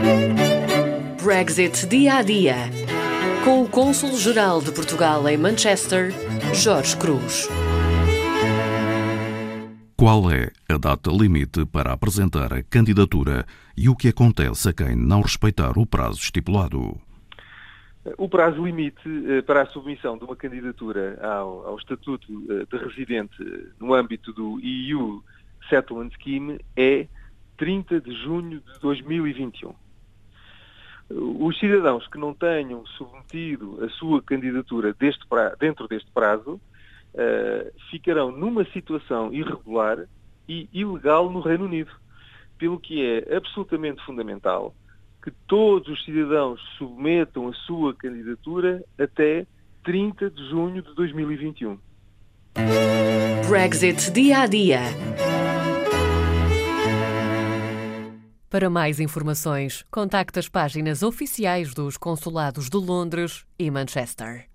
Brexit dia a dia, com o Cônsul-Geral de Portugal em Manchester, Jorge Cruz. Qual é a data limite para apresentar a candidatura e o que acontece a quem não respeitar o prazo estipulado? O prazo limite para a submissão de uma candidatura ao Estatuto de Residente no âmbito do EU Settlement Scheme é 30 de junho de 2021. Os cidadãos que não tenham submetido a sua candidatura dentro deste prazo ficarão numa situação irregular e ilegal no Reino Unido, pelo que é absolutamente fundamental que todos os cidadãos submetam a sua candidatura até 30 de junho de 2021. Brexit dia a dia. Para mais informações, contacte as páginas oficiais dos Consulados de Londres e Manchester.